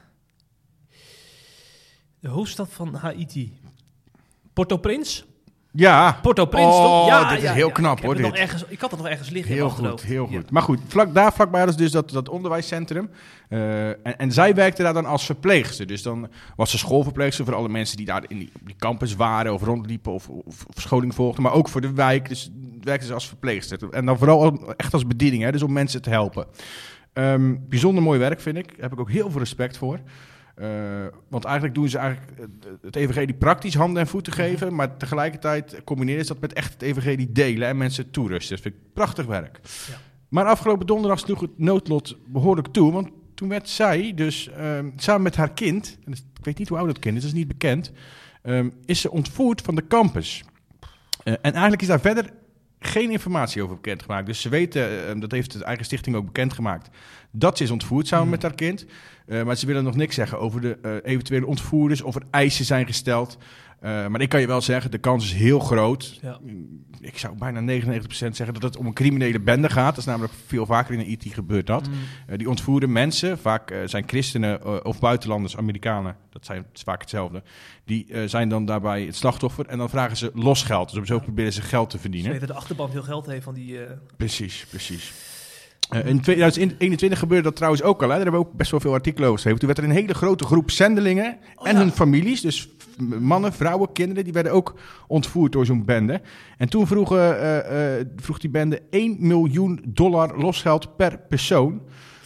De hoofdstad van Haiti. Port-au-Prince? Ja. Port-au-Prince, toch? Ja, dit is heel knap, hoor. Ik had het nog ergens liggen. Heel goed, heel goed. Maar goed, vlakbij hadden ze dus dat onderwijscentrum. En zij werkte daar dan als verpleegster. Dus dan was ze schoolverpleegster voor alle mensen die daar in die campus waren of rondliepen of scholing volgden. Maar ook voor de wijk. Dus werkte ze als verpleegster. En dan vooral echt als bediening, hè, dus om mensen te helpen. Bijzonder mooi werk, vind ik. Daar heb ik ook heel veel respect voor. Want eigenlijk doen ze het evangelie praktisch handen en voeten geven, maar tegelijkertijd combineren ze dat met echt het evangelie delen en mensen toerusten. Dat vind ik prachtig werk. Ja. Maar afgelopen donderdag sloeg het noodlot behoorlijk toe, want toen werd zij dus samen met haar kind, en ik weet niet hoe oud dat kind is, dat is niet bekend, is ze ontvoerd van de campus. En eigenlijk is daar verder geen informatie over bekendgemaakt. Dus ze weten, dat heeft de eigen stichting ook bekendgemaakt, dat ze is ontvoerd samen met haar kind. Maar ze willen nog niks zeggen over de eventuele ontvoerders of er eisen zijn gesteld. Maar ik kan je wel zeggen, de kans is heel groot. Ja. Ik zou bijna 99% zeggen dat het om een criminele bende gaat. Dat is namelijk veel vaker in Haiti gebeurt dat. Die ontvoerde mensen, vaak zijn christenen of buitenlanders, Amerikanen, dat is vaak hetzelfde. Die zijn dan daarbij het slachtoffer en dan vragen ze losgeld. Dus zo proberen ze geld te verdienen. Ze weten de achterban veel geld heeft van die... Precies. In 2021 gebeurde dat trouwens ook al. Hè? Daar hebben we ook best wel veel artikelen over geschreven. Toen werd er een hele grote groep zendelingen en hun families, dus mannen, vrouwen, kinderen, die werden ook ontvoerd door zo'n bende. En toen vroeg die bende $1 miljoen losgeld per persoon.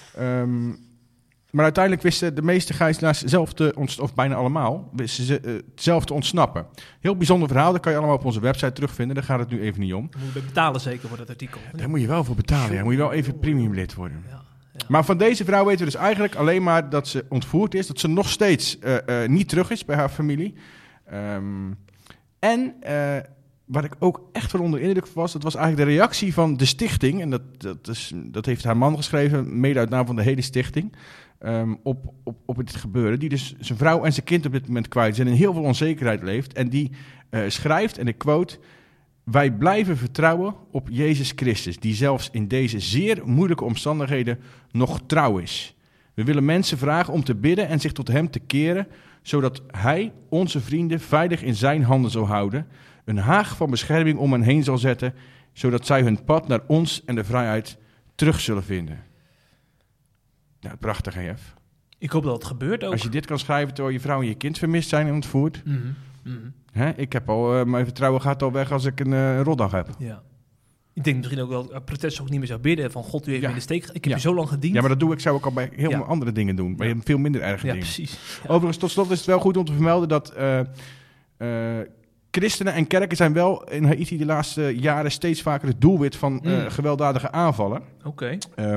Maar uiteindelijk wisten de meeste gijzelaars zelf of bijna allemaal, wisten ze zelf te ontsnappen. Heel bijzonder verhaal, dat kan je allemaal op onze website terugvinden. Daar gaat het nu even niet om. Moet je betalen zeker voor dat artikel. Daar moet je wel voor betalen, ja. Moet je wel even premium lid worden. Ja. Maar van deze vrouw weten we dus eigenlijk alleen maar dat ze ontvoerd is. Dat ze nog steeds niet terug is bij haar familie. Waar ik ook echt van onder indruk was, dat was eigenlijk de reactie van de stichting. En dat heeft haar man geschreven, mede uit naam van de hele stichting. Op het gebeuren. Die dus zijn vrouw en zijn kind op dit moment kwijt zijn en in heel veel onzekerheid leeft. En die schrijft, en ik quote: wij blijven vertrouwen op Jezus Christus, die zelfs in deze zeer moeilijke omstandigheden nog trouw is. We willen mensen vragen om te bidden en zich tot hem te keren, zodat hij onze vrienden veilig in zijn handen zal houden, een haag van bescherming om hen heen zal zetten, zodat zij hun pad naar ons en de vrijheid terug zullen vinden. Nou, prachtig, hè, Jeff? Ik hoop dat het gebeurt ook. Als je dit kan schrijven terwijl je vrouw en je kind vermist zijn en ontvoerd. Hè? Ik heb al, mijn vertrouwen gaat al weg als ik een rotdag heb. Ja. Ik denk misschien ook wel, protest ook niet meer zou bidden van God, u heeft me in de steek. Ik heb je zo lang gediend. Ja, maar dat zou ik al bij heel veel andere dingen doen. Bij veel minder erge dingen. Precies. Ja. Overigens, tot slot is het wel goed om te vermelden dat christenen en kerken zijn wel in Haiti de laatste jaren steeds vaker het doelwit van gewelddadige aanvallen. Oké.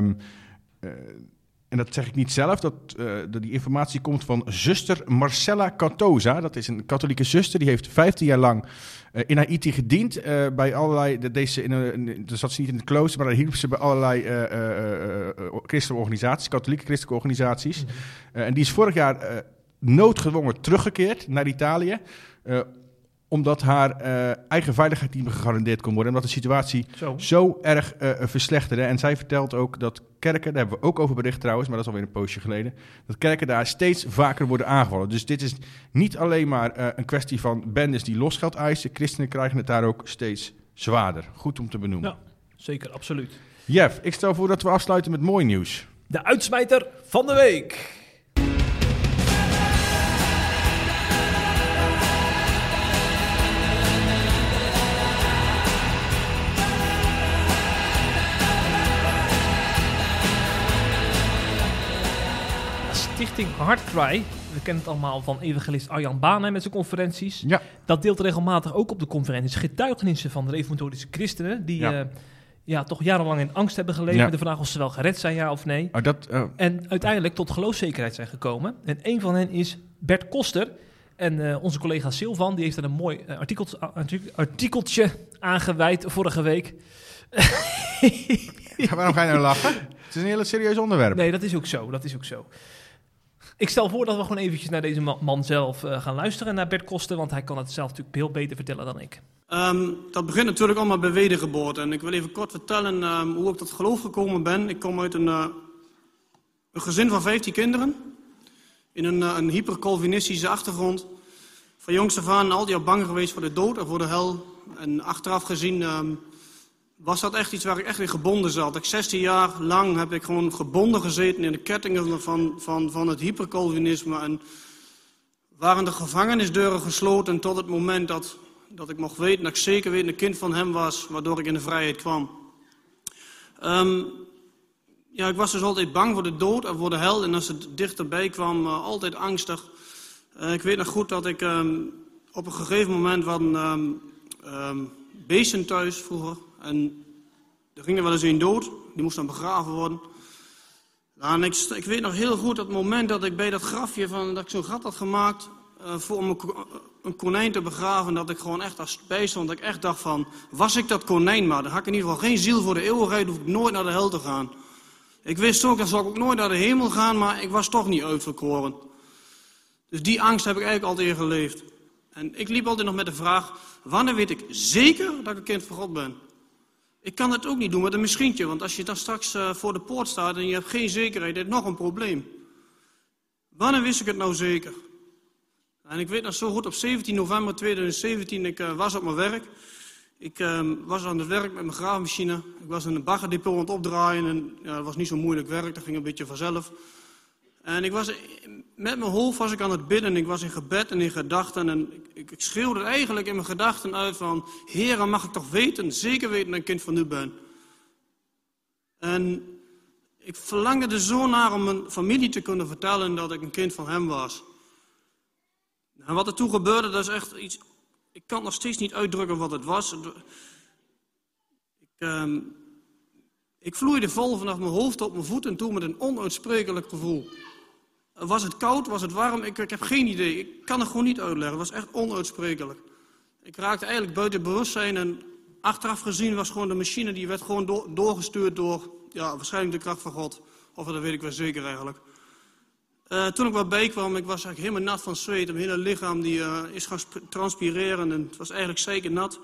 En dat zeg ik niet zelf, die informatie komt van zuster Marcella Catosa. Dat is een katholieke zuster, die heeft 15 jaar lang in Haiti gediend. Bij allerlei, dat zat ze niet in het klooster, maar daar hielp ze bij allerlei christelijke organisaties, katholieke christelijke organisaties. En die is vorig jaar noodgedwongen teruggekeerd naar Italië, omdat haar eigen veiligheid niet meer gegarandeerd kon worden. Omdat de situatie zo erg verslechterde. En zij vertelt ook dat kerken, daar hebben we ook over bericht trouwens, maar dat is alweer een poosje geleden, dat kerken daar steeds vaker worden aangevallen. Dus dit is niet alleen maar een kwestie van bendes die losgeld eisen. Christenen krijgen het daar ook steeds zwaarder. Goed om te benoemen. Ja, zeker, absoluut. Jeff, ik stel voor dat we afsluiten met mooi nieuws. De uitsmijter van de week. Stichting Heartcry, we kennen het allemaal van evangelist Arjan Baan met zijn conferenties. Ja. Dat deelt regelmatig ook op de conferenties getuigenissen van de reformatorische christenen die toch jarenlang in angst hebben geleefd met de vraag of ze wel gered zijn, ja of nee. En uiteindelijk tot geloofszekerheid zijn gekomen. En een van hen is Bert Koster. En onze collega Silvan, die heeft er een mooi artikeltje aangewijd vorige week. Waarom ga je nou lachen? Het is een hele serieus onderwerp. Nee, dat is ook zo. Ik stel voor dat we gewoon eventjes naar deze man zelf gaan luisteren, naar Bert Koster, want hij kan het zelf natuurlijk veel beter vertellen dan ik. Dat begint natuurlijk allemaal bij wedergeboorte. En ik wil even kort vertellen hoe ik tot geloof gekomen ben. Ik kom uit een gezin van 15 kinderen. In een hyper-Calvinistische achtergrond. Van jongs af aan altijd al bang geweest voor de dood en voor de hel. En achteraf gezien was dat echt iets waar ik echt in gebonden zat. 16 jaar lang heb ik gewoon gebonden gezeten in de kettingen van het hyper-Calvinisme. En waren de gevangenisdeuren gesloten tot het moment dat ik mocht weten, dat ik zeker weten een kind van hem was, waardoor ik in de vrijheid kwam. Ik was dus altijd bang voor de dood en voor de hel. En als het dichterbij kwam, altijd angstig. Ik weet nog goed dat ik op een gegeven moment hadden beesten thuis vroeger. En er ging er wel eens een dood, die moest dan begraven worden. En ik weet nog heel goed dat moment dat ik bij dat grafje, dat ik zo'n gat had gemaakt om een konijn te begraven, dat ik gewoon echt als bij stond. Dat ik echt dacht van, was ik dat konijn maar, dan had ik in ieder geval geen ziel voor de eeuwigheid, hoef ik nooit naar de hel te gaan. Ik wist ook, dan zou ik ook nooit naar de hemel gaan, maar ik was toch niet uitverkoren. Dus die angst heb ik eigenlijk altijd geleefd. En ik liep altijd nog met de vraag, wanneer weet ik zeker dat ik een kind van God ben? Ik kan het ook niet doen met een misschientje, want als je dan straks voor de poort staat en je hebt geen zekerheid, dan is nog een probleem. Wanneer wist ik het nou zeker? En ik weet nog zo goed, op 17 november 2017, ik was op mijn werk. Ik was aan het werk met mijn graafmachine. Ik was in een baggerdepot aan het opdraaien en dat was niet zo moeilijk werk, dat ging een beetje vanzelf. En met mijn hoofd was ik aan het bidden, ik was in gebed en in gedachten. En ik schreeuwde eigenlijk in mijn gedachten uit van, Heere, mag ik toch weten, zeker weten dat ik een kind van u ben. En ik verlangde er zo naar om mijn familie te kunnen vertellen dat ik een kind van hem was. En wat er toen gebeurde, dat is echt iets, ik kan nog steeds niet uitdrukken wat het was. Ik vloeide vol vanaf mijn hoofd tot mijn voeten toe met een onuitsprekelijk gevoel. Was het koud, was het warm? Ik heb geen idee. Ik kan het gewoon niet uitleggen. Het was echt onuitsprekelijk. Ik raakte eigenlijk buiten bewustzijn en achteraf gezien was gewoon de machine, die werd gewoon doorgestuurd door, waarschijnlijk de kracht van God. Of dat weet ik wel zeker eigenlijk. Toen ik wat bijkwam, ik was eigenlijk helemaal nat van zweet. Mijn hele lichaam die, is gaan transpireren en het was eigenlijk zeikernat.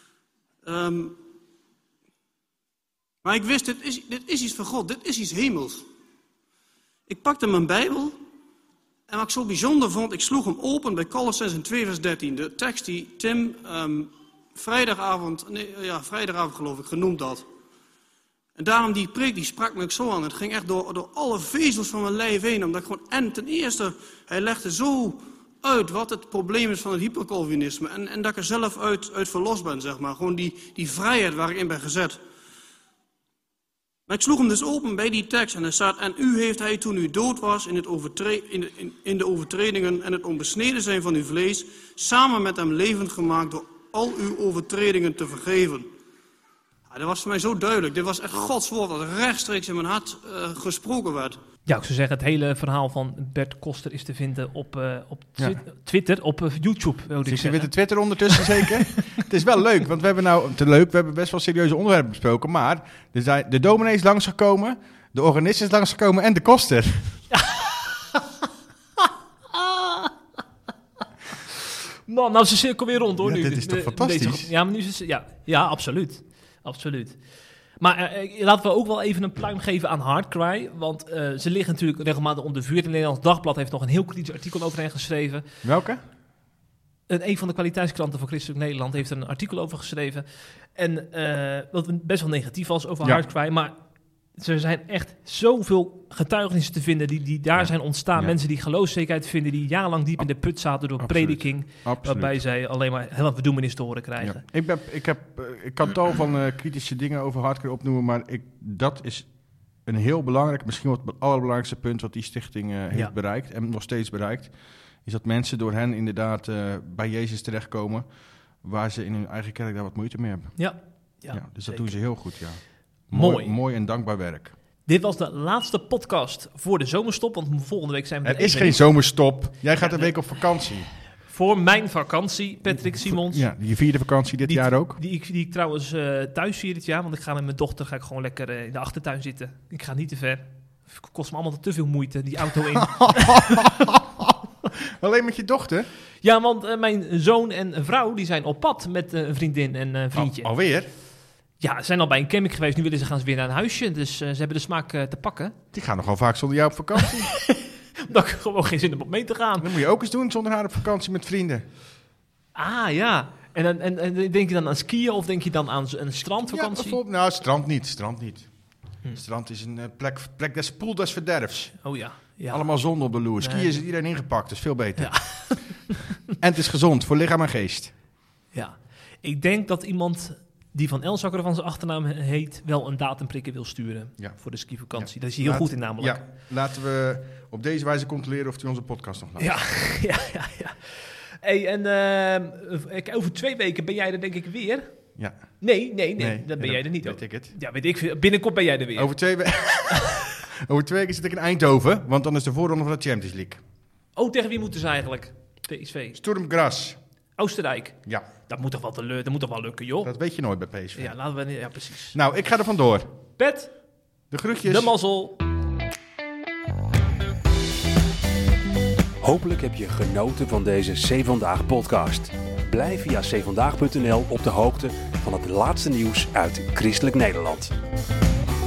Maar ik wist, dit is iets van God, dit is iets hemels. Ik pakte mijn Bijbel en wat ik zo bijzonder vond, ik sloeg hem open bij Colossenzen 2 vers 13. De tekst die Tim vrijdagavond geloof ik genoemd had. En daarom die preek, die sprak me ook zo aan. Het ging echt door alle vezels van mijn lijf heen. Omdat ik gewoon, en ten eerste, hij legde zo uit wat het probleem is van het hypercalvinisme. En dat ik er zelf uit verlost ben, zeg maar. Gewoon die vrijheid waar ik in ben gezet. Maar ik sloeg hem dus open bij die tekst en er staat, en u heeft hij toen u dood was in de overtredingen en het onbesneden zijn van uw vlees, samen met hem levend gemaakt door al uw overtredingen te vergeven. Ja, dat was voor mij zo duidelijk. Dit was echt Gods woord dat rechtstreeks in mijn hart gesproken werd. Ja, ik zou zeggen, het hele verhaal van Bert Koster is te vinden op Twitter, op YouTube. Ik zie weer de Twitter ondertussen zeker. Het is wel leuk, want we hebben best wel serieuze onderwerpen besproken. Maar er zijn de dominee is langsgekomen, de organist is langsgekomen en de Koster. Nou, ze cirkel weer rond, hoor. Ja, nu. dit is toch fantastisch? Ja, maar nu is het... Ja, absoluut. Absoluut. Maar laten we ook wel even een pluim geven aan Hardcry. Want ze liggen natuurlijk regelmatig onder vuur. Het Nederlands Dagblad heeft nog een heel kritisch artikel over hen geschreven. Welke? Een van de kwaliteitskranten van Christelijk Nederland heeft er een artikel over geschreven. En wat best wel negatief was over Hardcry. Maar er zijn echt zoveel getuigenissen te vinden die daar zijn ontstaan. Ja. Mensen die geloofszekerheid vinden, die jarenlang diep in de put zaten door prediking. Waarbij zij alleen maar heel wat verdoemenis te horen krijgen. Ja. Ik kan tal van kritische dingen over Hardcry opnoemen, maar dat is een heel belangrijk, misschien wel het allerbelangrijkste punt wat die stichting heeft bereikt en nog steeds bereikt. Is dat mensen door hen inderdaad bij Jezus terechtkomen, waar ze in hun eigen kerk daar wat moeite mee hebben. Ja, dus zeker. Dat doen ze heel goed, ja. Mooi en dankbaar werk. Dit was de laatste podcast voor de zomerstop, want volgende week zijn we... Er is geen zomerstop. Jij gaat een week op vakantie. Voor mijn vakantie, Patrick Simons. Ja, je vierde vakantie dit jaar ook? Die ik trouwens thuis vier dit jaar, want ik ga met mijn dochter gewoon lekker in de achtertuin zitten. Ik ga niet te ver. Het kost me allemaal te veel moeite, die auto in. Alleen met je dochter? Ja, want mijn zoon en vrouw die zijn op pad met een vriendin en een vriendje. Alweer? Ja, ze zijn al bij een camping geweest. Nu willen ze gaan weer naar een huisje. Dus ze hebben de smaak te pakken. Die gaan nogal vaak zonder jou op vakantie. Omdat ik gewoon geen zin heb om mee te gaan. Dat moet je ook eens doen zonder haar op vakantie met vrienden. Ah, ja. En denk je dan aan skiën of denk je dan aan een strandvakantie? Ja, bijvoorbeeld. Nou, strand niet. Strand is een plek des poel des verderfs. Oh ja. Allemaal zon op de loer. Skiën is iedereen ingepakt, dat is veel beter. Ja. En het is gezond voor lichaam en geest. Ja. Ik denk dat iemand die Van Elzakker van zijn achternaam heet, wel een datumprikker wil sturen voor de skivakantie. Daar is hij heel goed in namelijk. Ja, laten we op deze wijze controleren of hij onze podcast nog luistert. Ja. Hey, en over 2 weken ben jij er denk ik weer. Ja. Nee, dan ben jij er niet. Weet ik het. Ja, weet ik. Binnenkort ben jij er weer. Over 2 weken zit ik in Eindhoven, want dan is de voorronde van de Champions League. Oh, tegen wie moeten ze eigenlijk? PSV. Sturm Graz. Oostenrijk. Ja. Dat moet toch wel lukken, joh? Dat weet je nooit bij PSV. Ja, precies. Nou, ik ga er vandoor. Pet. De groetjes. De mazzel. Hopelijk heb je genoten van deze C Vandaag podcast. Blijf via cvandaag.nl op de hoogte van het laatste nieuws uit Christelijk Nederland.